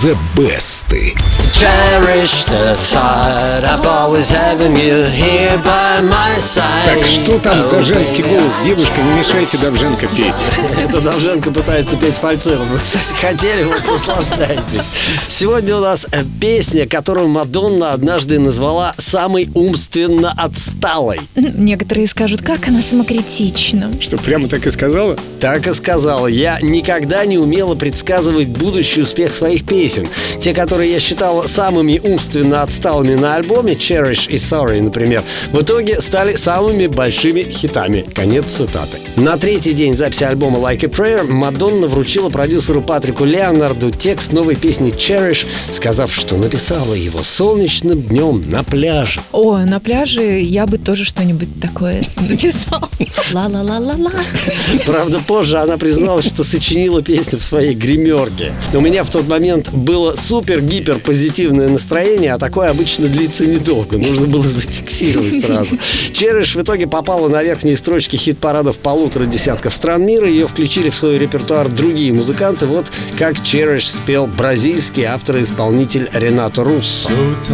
The Best. Cherish the thought of always having you here by my side. Так что там за женский голос? Девушка, не мешайте Довженко петь. Это Довженко пытается петь фальцетом. Вы, кстати, хотели, вот наслаждайтесь. Сегодня у нас песня, которую Мадонна однажды назвала самой умственно отсталой. Некоторые скажут, как она самокритична. Что, прямо так и сказала? Так и сказала. Я никогда не умела предсказывать будущий успех своих песен. Те, которые я считала самыми умственно отсталыми на альбоме, Cherish и Sorry, например, в итоге стали самыми большими хитами. Конец цитаты. На третий день записи альбома Like a Prayer Мадонна вручила продюсеру Патрику Леонарду текст новой песни Cherish, сказав, что написала его солнечным днем на пляже. О, на пляже я бы тоже что-нибудь такое написала. Ла-ла-ла-ла-ла. Правда, позже она призналась, что сочинила песню в своей гримерке. У меня в тот момент было супер-гипер позитивное настроение, а такое обычно длится недолго. Нужно было зафиксировать сразу. Cherish в итоге попала на верхние строчки хит-парадов полутора десятков стран мира. Ее включили в свой репертуар другие музыканты. Вот как Cherish спел бразильский автор и исполнитель Ренато Руссо.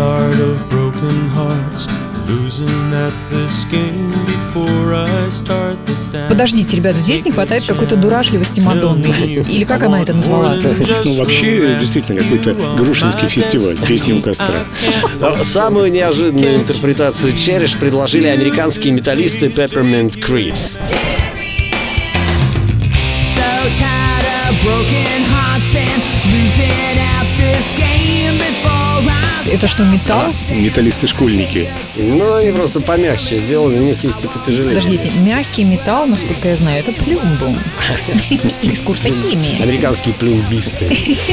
Подождите, ребят, здесь не хватает какой-то дурашливости Мадонны. Или как она это назвала? Ну, вообще, действительно, какой-то грушинский фестиваль «Песни у костра». Самую неожиданную интерпретацию Cherish предложили американские металлисты Peppermint Creeps. Это что, металл? Металлисты-школьники. Ну, они просто помягче сделаны, у них есть и потяжелее. Подождите, мягкий металл, насколько я знаю, это плюмбум. Из курса химии. Американские плюмбисты.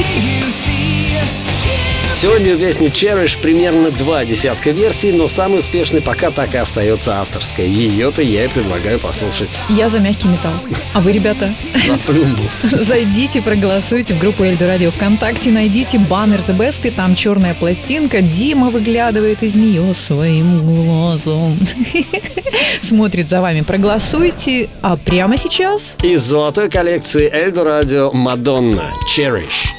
Сегодня у песни Cherish примерно 2 десятка версий, но самый успешный пока так и остается авторская. Ее-то я и предлагаю послушать. Я за мягкий металл. А вы, ребята? За плюмбу. Зайдите, проголосуйте в группу Эльдо Радио ВКонтакте, найдите баннер The Best, и там черная пластинка. Дима выглядывает из нее своим глазом. Смотрит за вами. Проголосуйте. А прямо сейчас из золотой коллекции Эльдо Радио Мадонна Cherish.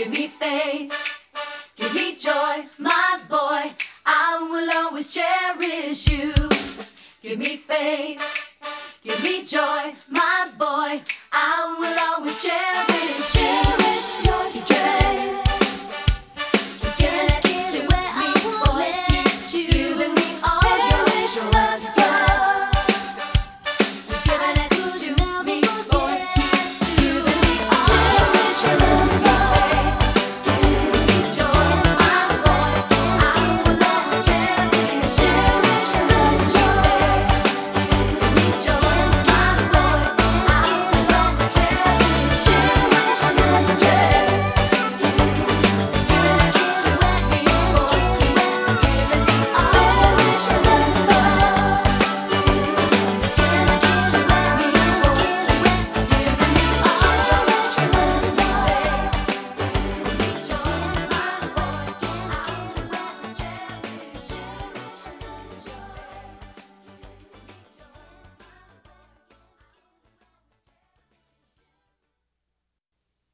give me faith, give me joy, my boy. I will always cherish you. Give me faith, give me joy, my boy. I will always cherish you.